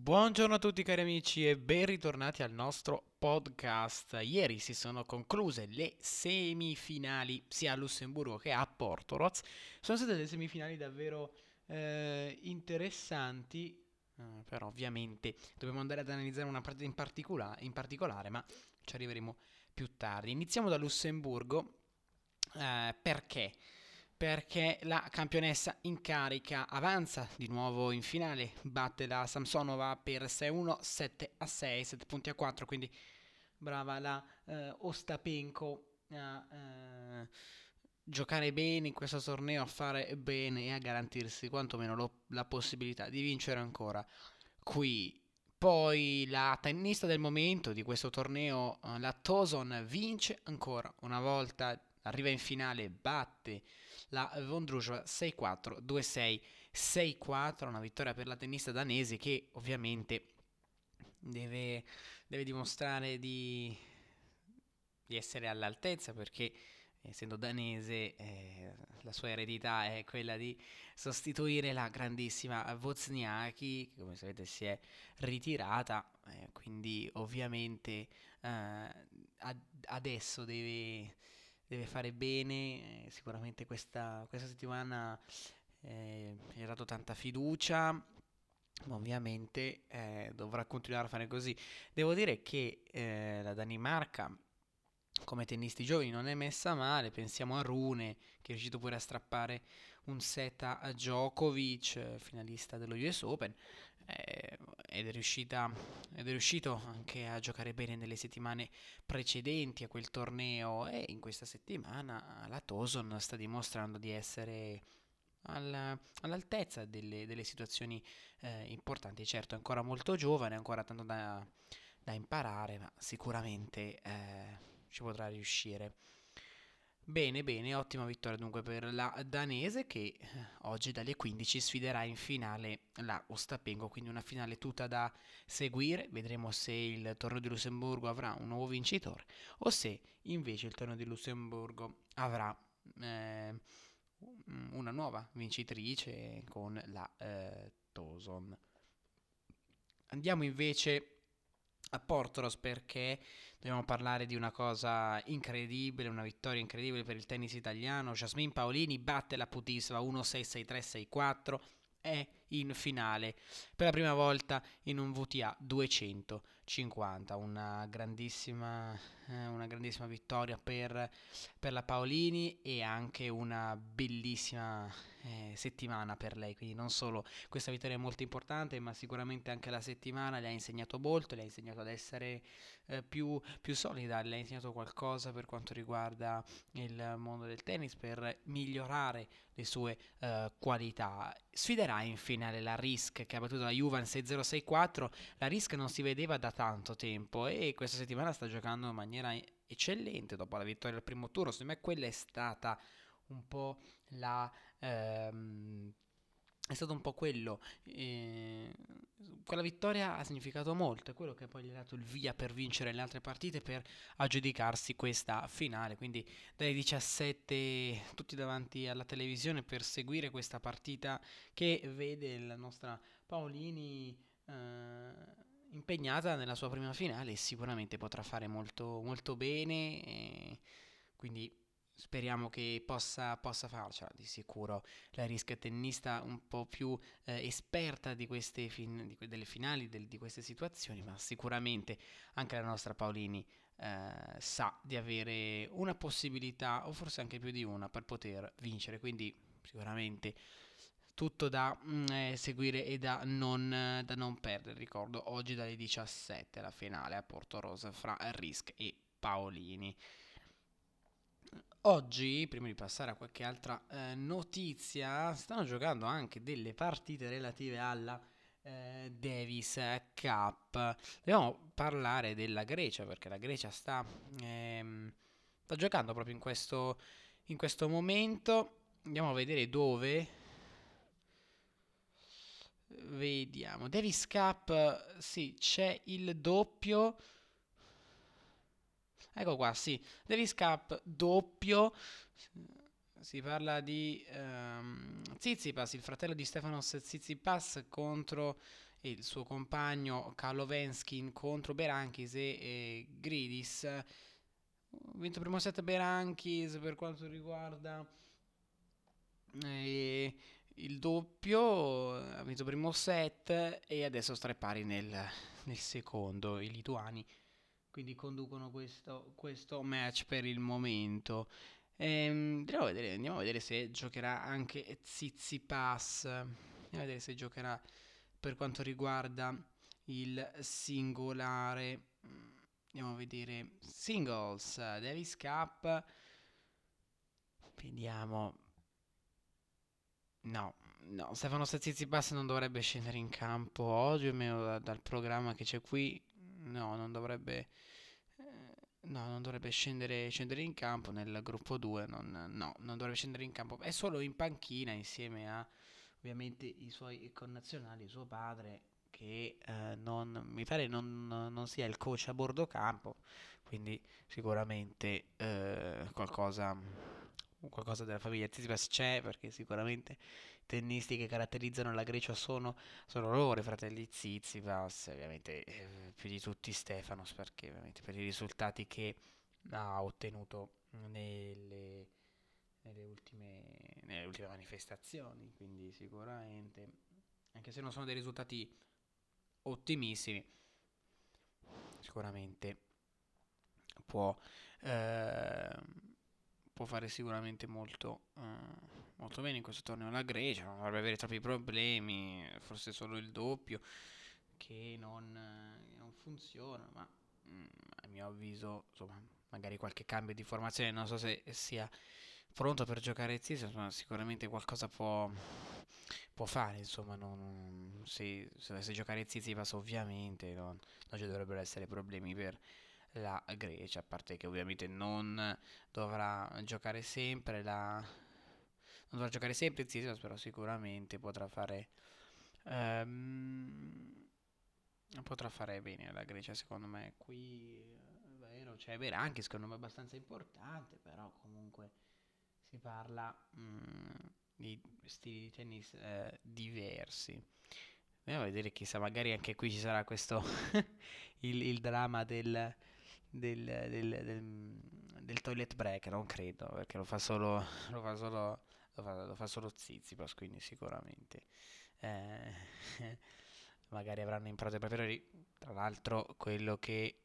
Buongiorno a tutti cari amici e ben ritornati al nostro podcast. Ieri si sono concluse le semifinali sia a Lussemburgo che a Portoroz. Sono state delle semifinali davvero interessanti, però ovviamente dobbiamo andare ad analizzare una partita in particolare, ma ci arriveremo più tardi. Iniziamo da Lussemburgo. Perché? Perché la campionessa in carica avanza di nuovo in finale, batte la Samsonova per 6-1, 7-6, 7 punti a 4, quindi brava la Ostapenko a giocare bene in questo torneo, a fare bene e a garantirsi quantomeno la possibilità di vincere ancora qui. Poi la tennista del momento di questo torneo, la Toson, vince ancora una volta, arriva in finale, batte la Vondrousova 6-4, 2-6, 6-4, una vittoria per la tennista danese che ovviamente deve, deve dimostrare di essere all'altezza perché essendo danese la sua eredità è quella di sostituire la grandissima Wozniacki che come sapete si è ritirata, quindi ovviamente adesso deve fare bene, sicuramente questa settimana gli ha dato tanta fiducia, ma ovviamente dovrà continuare a fare così. Devo dire che la Danimarca come tennisti giovani non è messa male, pensiamo a Rune che è riuscito pure a strappare un set a Djokovic, finalista dello US Open, ed è riuscito anche a giocare bene nelle settimane precedenti a quel torneo e in questa settimana la Toson sta dimostrando di essere all'altezza delle situazioni importanti. Certo, è ancora molto giovane, ancora tanto da imparare, ma sicuramente ci potrà riuscire. Bene, bene, ottima vittoria dunque per la danese che oggi dalle 15 sfiderà in finale la Ostapenko, quindi una finale tutta da seguire. Vedremo se il torneo di Lussemburgo avrà un nuovo vincitore o se invece il torneo di Lussemburgo avrà eh, una nuova vincitrice con la Toson. Andiamo invece a Portoros perché dobbiamo parlare di una cosa incredibile, una vittoria incredibile per il tennis italiano. Jasmine Paolini batte la Putissova 1-6-6-3-6-4, è in finale per la prima volta in un WTA 250, una grandissima vittoria per la Paolini e anche una bellissima settimana per lei, quindi non solo questa vittoria è molto importante, ma sicuramente anche la settimana le ha insegnato molto, le ha insegnato ad essere più solida, le ha insegnato qualcosa per quanto riguarda il mondo del tennis, per migliorare le sue qualità. Sfiderà in finale la Risk che ha battuto la Juven 6-0-6-4. La Risk non si vedeva da tanto tempo e questa settimana sta giocando in maniera eccellente dopo la vittoria al primo turno. Secondo me quella è stata un po' la è stato un po' quello. Quella vittoria ha significato molto, è quello che poi gli ha dato il via per vincere le altre partite, per aggiudicarsi questa finale. Quindi dalle 17 tutti davanti alla televisione per seguire questa partita che vede la nostra Paolini impegnata nella sua prima finale e sicuramente potrà fare molto, molto bene. Quindi speriamo che possa farcela di sicuro. La Risk tennista un po' più esperta di queste delle finali, di queste situazioni, ma sicuramente anche la nostra Paolini sa di avere una possibilità, o forse anche più di una, per poter vincere. Quindi sicuramente tutto da seguire e da non perdere. Ricordo oggi dalle 17 la finale a Porto Rosa fra Risk e Paolini. Oggi, prima di passare a qualche altra notizia, stanno giocando anche delle partite relative alla Davis Cup. Dobbiamo parlare della Grecia perché la Grecia sta giocando proprio in questo momento. Andiamo a vedere dove. Vediamo. Davis Cup, sì, c'è il doppio. Ecco qua, sì. Davis Cup doppio. Si parla di Tsitsipas, il fratello di Stefanos Tsitsipas contro e il suo compagno Kalovenskin contro Berankis e Gridis. Ha vinto il primo set Berankis per quanto riguarda eh, il doppio, ha vinto il primo set e adesso sta pari nel secondo. I lituani quindi conducono questo match per il momento. Andiamo a vedere se giocherà anche Tsitsipas. Andiamo a vedere se giocherà per quanto riguarda il singolare. Andiamo a vedere singles, Davis Cup. Vediamo. No, no, Stefano Tsitsipas non dovrebbe scendere in campo oggi, almeno dal programma che c'è qui. No, non dovrebbe. No, non dovrebbe scendere in campo nel gruppo 2. No, non dovrebbe scendere in campo. È solo in panchina insieme a ovviamente i suoi connazionali, suo padre, che mi pare non sia il coach a bordo campo. Quindi sicuramente qualcosa della famiglia Tsitsipas c'è, perché sicuramente i tennisti che caratterizzano la Grecia sono loro, i fratelli Tsitsipas, ovviamente più di tutti Stefanos, perché ovviamente per i risultati che ha ottenuto nelle ultime manifestazioni, quindi sicuramente, anche se non sono dei risultati ottimissimi, sicuramente può, eh, può fare sicuramente molto bene in questo torneo. La Grecia non dovrebbe avere troppi problemi, forse solo il doppio che non funziona, ma a mio avviso, insomma, magari qualche cambio di formazione, non so se sia pronto per giocare Zizou, ma sicuramente qualcosa può fare, insomma, se dovesse giocare Tsitsipas ovviamente non ci dovrebbero essere problemi per la Grecia, a parte che ovviamente non dovrà giocare sempre non dovrà giocare sempre Tsitsipas, però sicuramente potrà fare bene la Grecia, secondo me. Qui è vero, cioè è vero, anche secondo me è abbastanza importante, però comunque si parla di stili di tennis diversi. Andiamo a vedere, chissà, magari anche qui ci sarà questo il dramma del toilet break. Non credo, perché lo fa solo, lo fa solo Tsitsipas, quindi sicuramente eh, magari avranno imparato i propri errori. Tra l'altro, quello che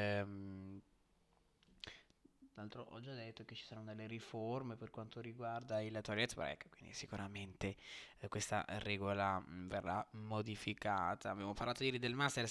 tra l'altro ho già detto che ci saranno delle riforme per quanto riguarda il toilet break, quindi sicuramente questa regola verrà modificata. Abbiamo parlato ieri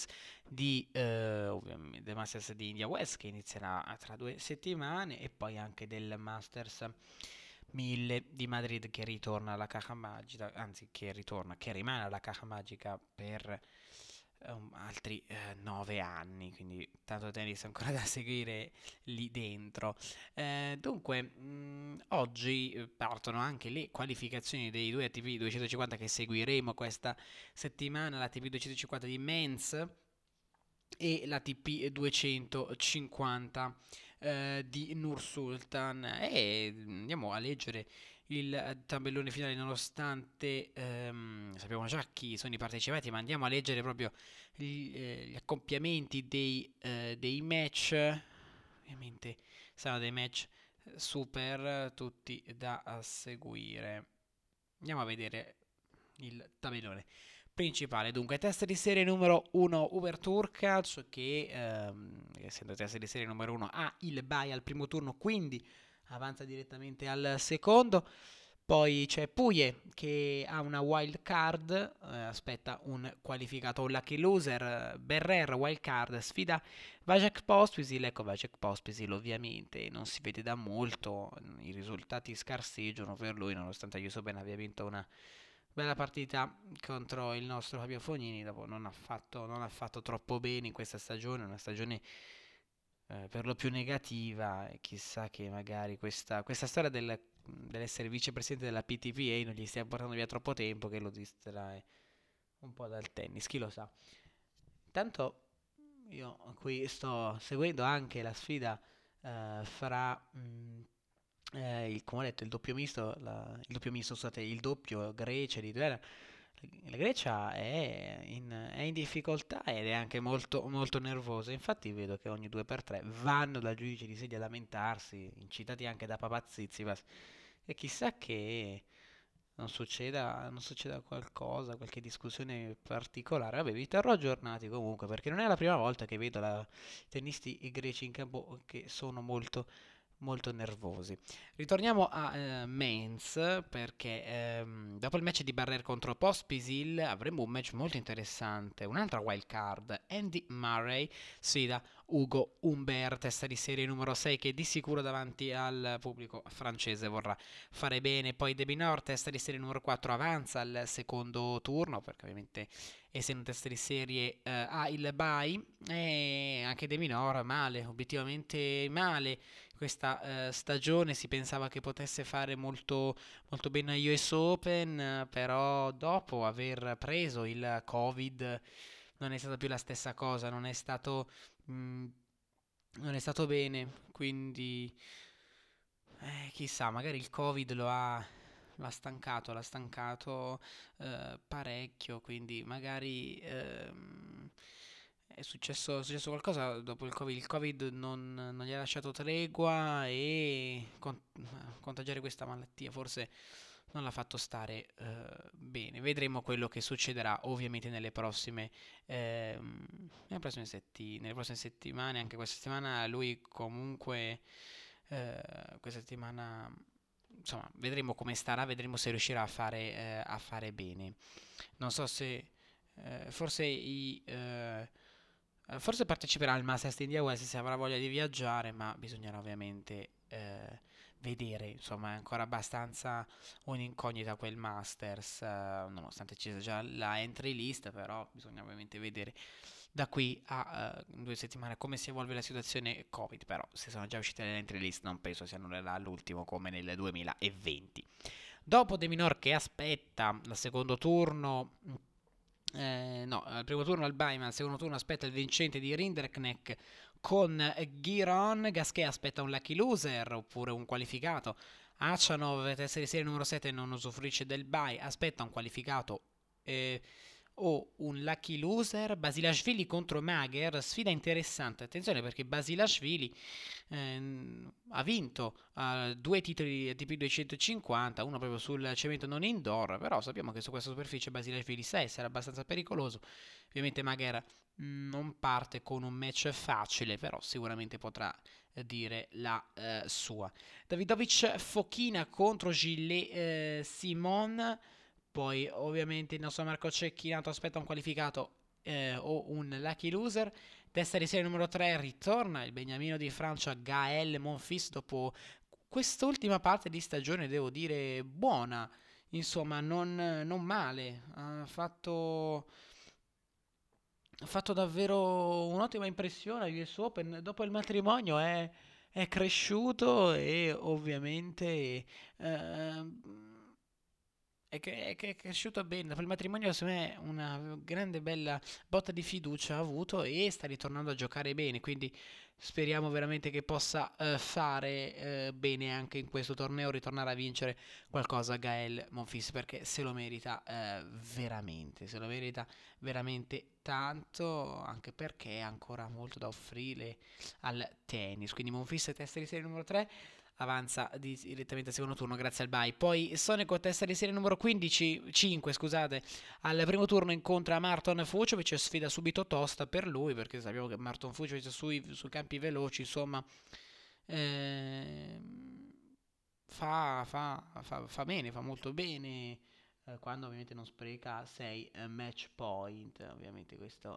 ovviamente, del Masters di India West che inizierà tra 2 settimane, e poi anche del Masters 1000 di Madrid che ritorna alla Caja Magica, anzi che rimane alla Caja Magica per altri 9 anni, quindi tanto tennis ancora da seguire lì dentro. Dunque, oggi partono anche le qualificazioni dei due ATP 250 che seguiremo questa settimana, l'ATP 250 di Men's e l'ATP 250 di Nursultan, e andiamo a leggere il tabellone finale, nonostante sappiamo già chi sono i partecipanti, ma andiamo a leggere proprio gli accoppiamenti dei match. Ovviamente saranno dei match super, tutti da seguire. Andiamo a vedere il tabellone principale. Dunque, test di serie numero 1 Uber Turkac, che essendo test di serie numero 1 ha il bye al primo turno, quindi avanza direttamente al secondo. Poi c'è Puye che ha una wild card, aspetta un qualificato lucky loser. Berrer wild card, sfida Vajek Pospisil. Ecco, Vajek Pospisil ovviamente non si vede da molto, i risultati scarseggiano per lui, nonostante Ayuso Ben abbia vinto una bella partita contro il nostro Fabio Fognini. Dopo non ha fatto troppo bene in questa stagione, una stagione per lo più negativa, e chissà che magari questa storia dell'essere vicepresidente della PTPA non gli stia portando via troppo tempo, che lo distrae un po' dal tennis, chi lo sa. Intanto io qui sto seguendo anche la sfida fra come ho detto, il doppio misto, scusate, il doppio Grecia di Duera, La Grecia è in difficoltà ed è anche molto, molto nervosa. Infatti vedo che ogni 2x3 vanno dal giudice di sedia a lamentarsi, incitati anche da Papà Tsitsipas. E chissà che non succeda qualcosa, qualche discussione particolare. Vabbè, vi terrò aggiornati comunque, perché non è la prima volta che vedo tennisti greci in campo che sono molto, molto nervosi. Ritorniamo a Mainz perché dopo il match di Barrer contro Pospisil avremo un match molto interessante, un'altra wild card. Andy Murray sfida Ugo Humbert, testa di serie numero 6, che di sicuro davanti al pubblico francese vorrà fare bene. Poi De Minaur, testa di serie numero 4, avanza al secondo turno perché ovviamente essendo testa di serie ha il bye, e anche De Minaur male, obiettivamente male questa stagione. Si pensava che potesse fare molto, molto bene agli US Open, però dopo aver preso il Covid non è stata più la stessa cosa, mh, non è stato bene, quindi chissà, magari il Covid l'ha stancato parecchio, quindi magari è successo qualcosa dopo il Covid. Il Covid non gli ha lasciato tregua e contagiare questa malattia forse non l'ha fatto stare bene. Vedremo quello che succederà ovviamente nelle prossime settimane. Anche questa settimana lui comunque questa settimana insomma vedremo come starà, vedremo se riuscirà a fare bene. Non so se forse parteciperà al Masters di India West se avrà voglia di viaggiare, ma bisognerà ovviamente vedere. Insomma, è ancora abbastanza un'incognita quel Masters, nonostante ci sia già la entry list, però bisogna ovviamente vedere da qui a 2 settimane come si evolve la situazione Covid. Però se sono già uscite le entry list non penso si annullerà all'ultimo come nel 2020. Dopo De Minor che aspetta al secondo turno, no, al primo turno al Bayman, al secondo turno aspetta il vincente di Rinderknecht con Giron. Gasquet aspetta un lucky loser oppure un qualificato. Achanov, testa di serie numero 7, non usufruisce del bye, aspetta un qualificato eh, o un lucky loser. Basilashvili contro Mager, sfida interessante. Attenzione perché Basilashvili ha vinto 2 titoli ATP 250, uno proprio sul cemento non indoor, però sappiamo che su questa superficie Basilashvili sa essere abbastanza pericoloso. Ovviamente Mager non parte con un match facile, però sicuramente potrà dire la sua. Davidovic Fokina contro Gilles Simon. Poi ovviamente il nostro Marco Cecchinato aspetta un qualificato o un lucky loser. Testa di serie numero 3 ritorna il beniamino di Francia Gaël Monfils dopo quest'ultima parte di stagione, devo dire, buona. Insomma, non male. Ha fatto davvero un'ottima impressione agli US Open. Dopo il matrimonio è cresciuto e ovviamente è cresciuto bene. Dopo il matrimonio, secondo me, una grande bella botta di fiducia ha avuto e sta ritornando a giocare bene. Quindi speriamo veramente che possa fare bene anche in questo torneo, ritornare a vincere qualcosa Gael Monfils perché se lo merita veramente tanto, anche perché ha ancora molto da offrire al tennis. Quindi Monfils testa di serie numero 3 avanza direttamente al secondo turno grazie al bye. Poi Sonico testa di serie numero 15, 5 scusate, al primo turno incontra Marton Fuciovic, sfida subito tosta per lui perché sappiamo che Marton Fuciovic sui campi veloci insomma fa bene, fa molto bene quando ovviamente non spreca 6 match point. Ovviamente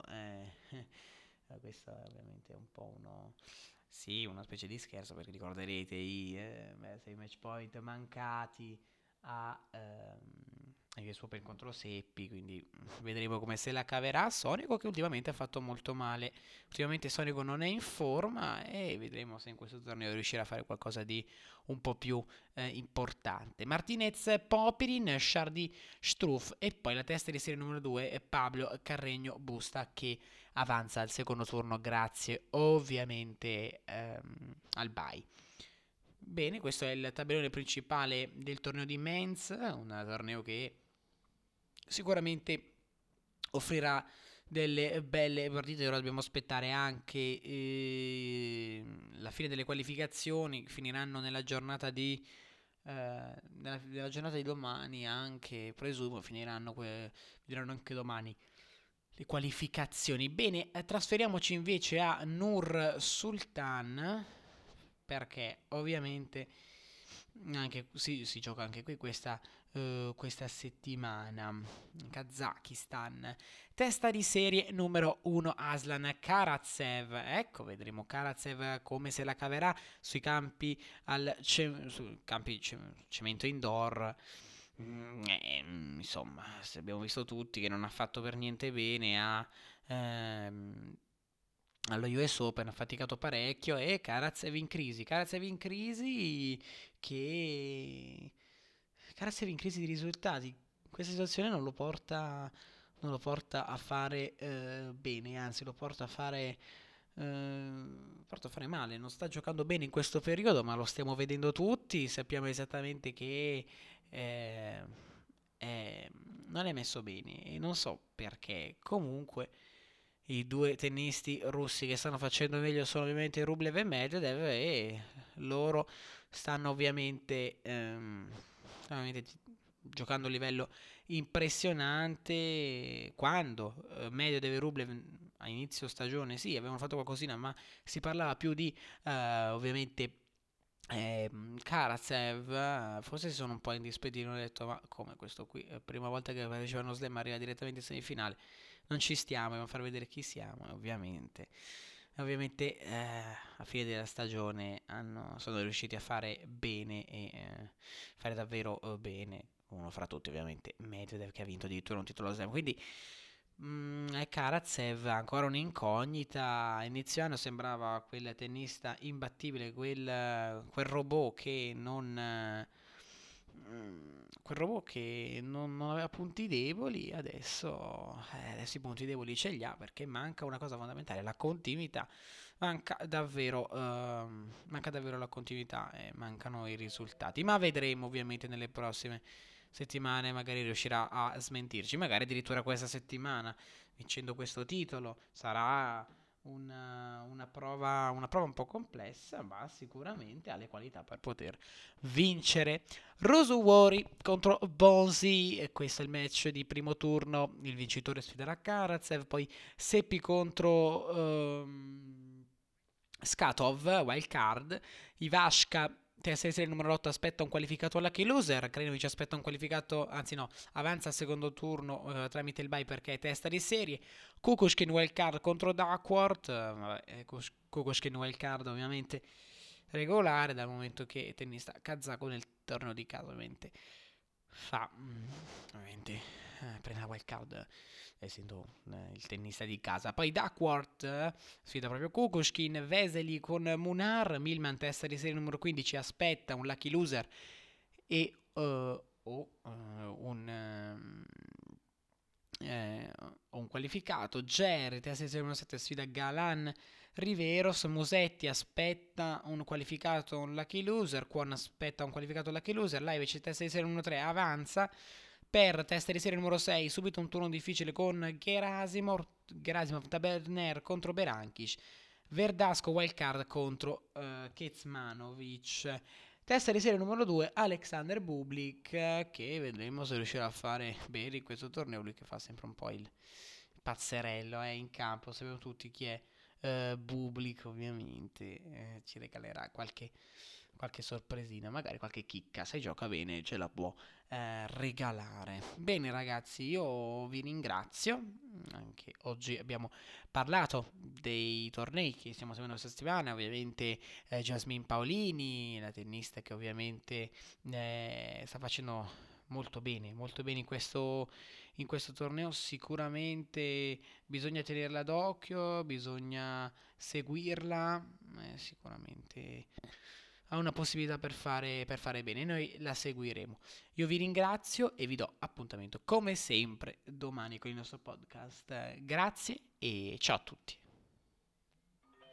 questo è ovviamente un po' sì, una specie di scherzo perché ricorderete i 6 match point mancati agli US Open contro Seppi, quindi vedremo come se la caverà Sonico che ultimamente ha fatto molto male. Ultimamente Sonico non è in forma e vedremo se in questo torneo riuscirà a fare qualcosa di un po' più importante. Martinez, Popirin, Chardy, Struff e poi la testa di serie numero 2 è Pablo Carregno Busta che avanza al secondo turno grazie ovviamente al bye. Bene, questo è il tabellone principale del torneo di Mainz, un torneo che sicuramente offrirà delle belle partite. Ora dobbiamo aspettare anche la fine delle qualificazioni, finiranno nella giornata nella giornata di domani, anche presumo finiranno anche domani le qualificazioni. Bene, trasferiamoci invece a Nur Sultan, perché ovviamente anche, si gioca anche qui questa settimana. Kazakistan. Testa di serie numero 1 Aslan Karatsev. Ecco, vedremo Karatsev come se la caverà sui campi cemento indoor. Insomma, se abbiamo visto tutti che non ha fatto per niente bene allo US Open, ha faticato parecchio e Karatsev in crisi. Che Karatsev in crisi di risultati. Questa situazione non lo porta a fare bene, anzi lo porta a fare male. Non sta giocando bene in questo periodo, ma lo stiamo vedendo tutti. Sappiamo esattamente che eh, non è messo bene e non so perché. Comunque, i due tennisti russi che stanno facendo meglio sono ovviamente Rublev e Medvedev, e loro stanno ovviamente giocando a un livello impressionante. Quando Medvedev e Rublev a inizio stagione sì avevano fatto qualcosina, ma si parlava più di ovviamente Karatsev. Forse si sono un po' indispettiti, hanno detto ma come questo qui, prima volta che partecipa uno slam arriva direttamente in semifinale, non ci stiamo, dobbiamo far vedere chi siamo. E ovviamente a fine della stagione sono riusciti a fare bene e fare davvero bene. Uno fra tutti ovviamente Medvedev, che ha vinto addirittura un titolo slam. Quindi Karatsev ancora un'incognita. A inizio anno sembrava quel tennista imbattibile, quel robot che non aveva punti deboli. Adesso i punti deboli ce li ha, perché manca una cosa fondamentale, la continuità. Manca davvero la continuità e mancano i risultati. Ma vedremo ovviamente nelle prossime settimane, magari riuscirà a smentirci. Magari addirittura questa settimana, vincendo questo titolo, sarà una prova un po' complessa, ma sicuramente ha le qualità per poter vincere. Rosuwori contro Bonzi, e questo è il match di primo turno. Il vincitore sfiderà Karatsev, poi Seppi contro Skatov, wild card. Ivashka, testa di serie numero 8, aspetta un qualificato alla key loser. Krajinovic aspetta un qualificato, anzi no, avanza al secondo turno tramite il bye perché è testa di serie. Kukushkin wild card contro Duckworth. Kukushkin wild card ovviamente regolare, dal momento che è tennista kazako nel torneo di casa, ovviamente prende la wild card essendo il tennista di casa. Poi Duckworth sfida proprio Kukushkin. Vesely con Munar. Millman, testa di serie numero 15, aspetta un lucky loser e un qualificato. Jerry, testa di serie numero 7, sfida Galan Riveros. Musetti aspetta un qualificato, un lucky loser. Kwon aspetta un qualificato, lucky loser. Laivic, testa di serie numero 3, avanza per testa di serie numero 6. Subito un turno difficile con Gerasimov Taberner contro Berankis. Verdasco wildcard contro Kecmanovic. Testa di serie numero 2 Alexander Bublik, che vedremo se riuscirà a fare bene in questo torneo. Lui che fa sempre un po' il pazzerello in campo. Sappiamo tutti chi è Bublik, ovviamente ci regalerà qualche sorpresina, magari qualche chicca. Se gioca bene ce la può regalare. Bene ragazzi, io vi ringrazio. Anche oggi abbiamo parlato dei tornei che stiamo seguendo questa settimana. Ovviamente Jasmine Paolini, la tennista che ovviamente sta facendo molto bene in questo torneo. Sicuramente bisogna tenerla d'occhio, bisogna seguirla. Sicuramente ha una possibilità per fare bene. Noi la seguiremo. Io vi ringrazio e vi do appuntamento come sempre domani con il nostro podcast. Grazie e ciao a tutti.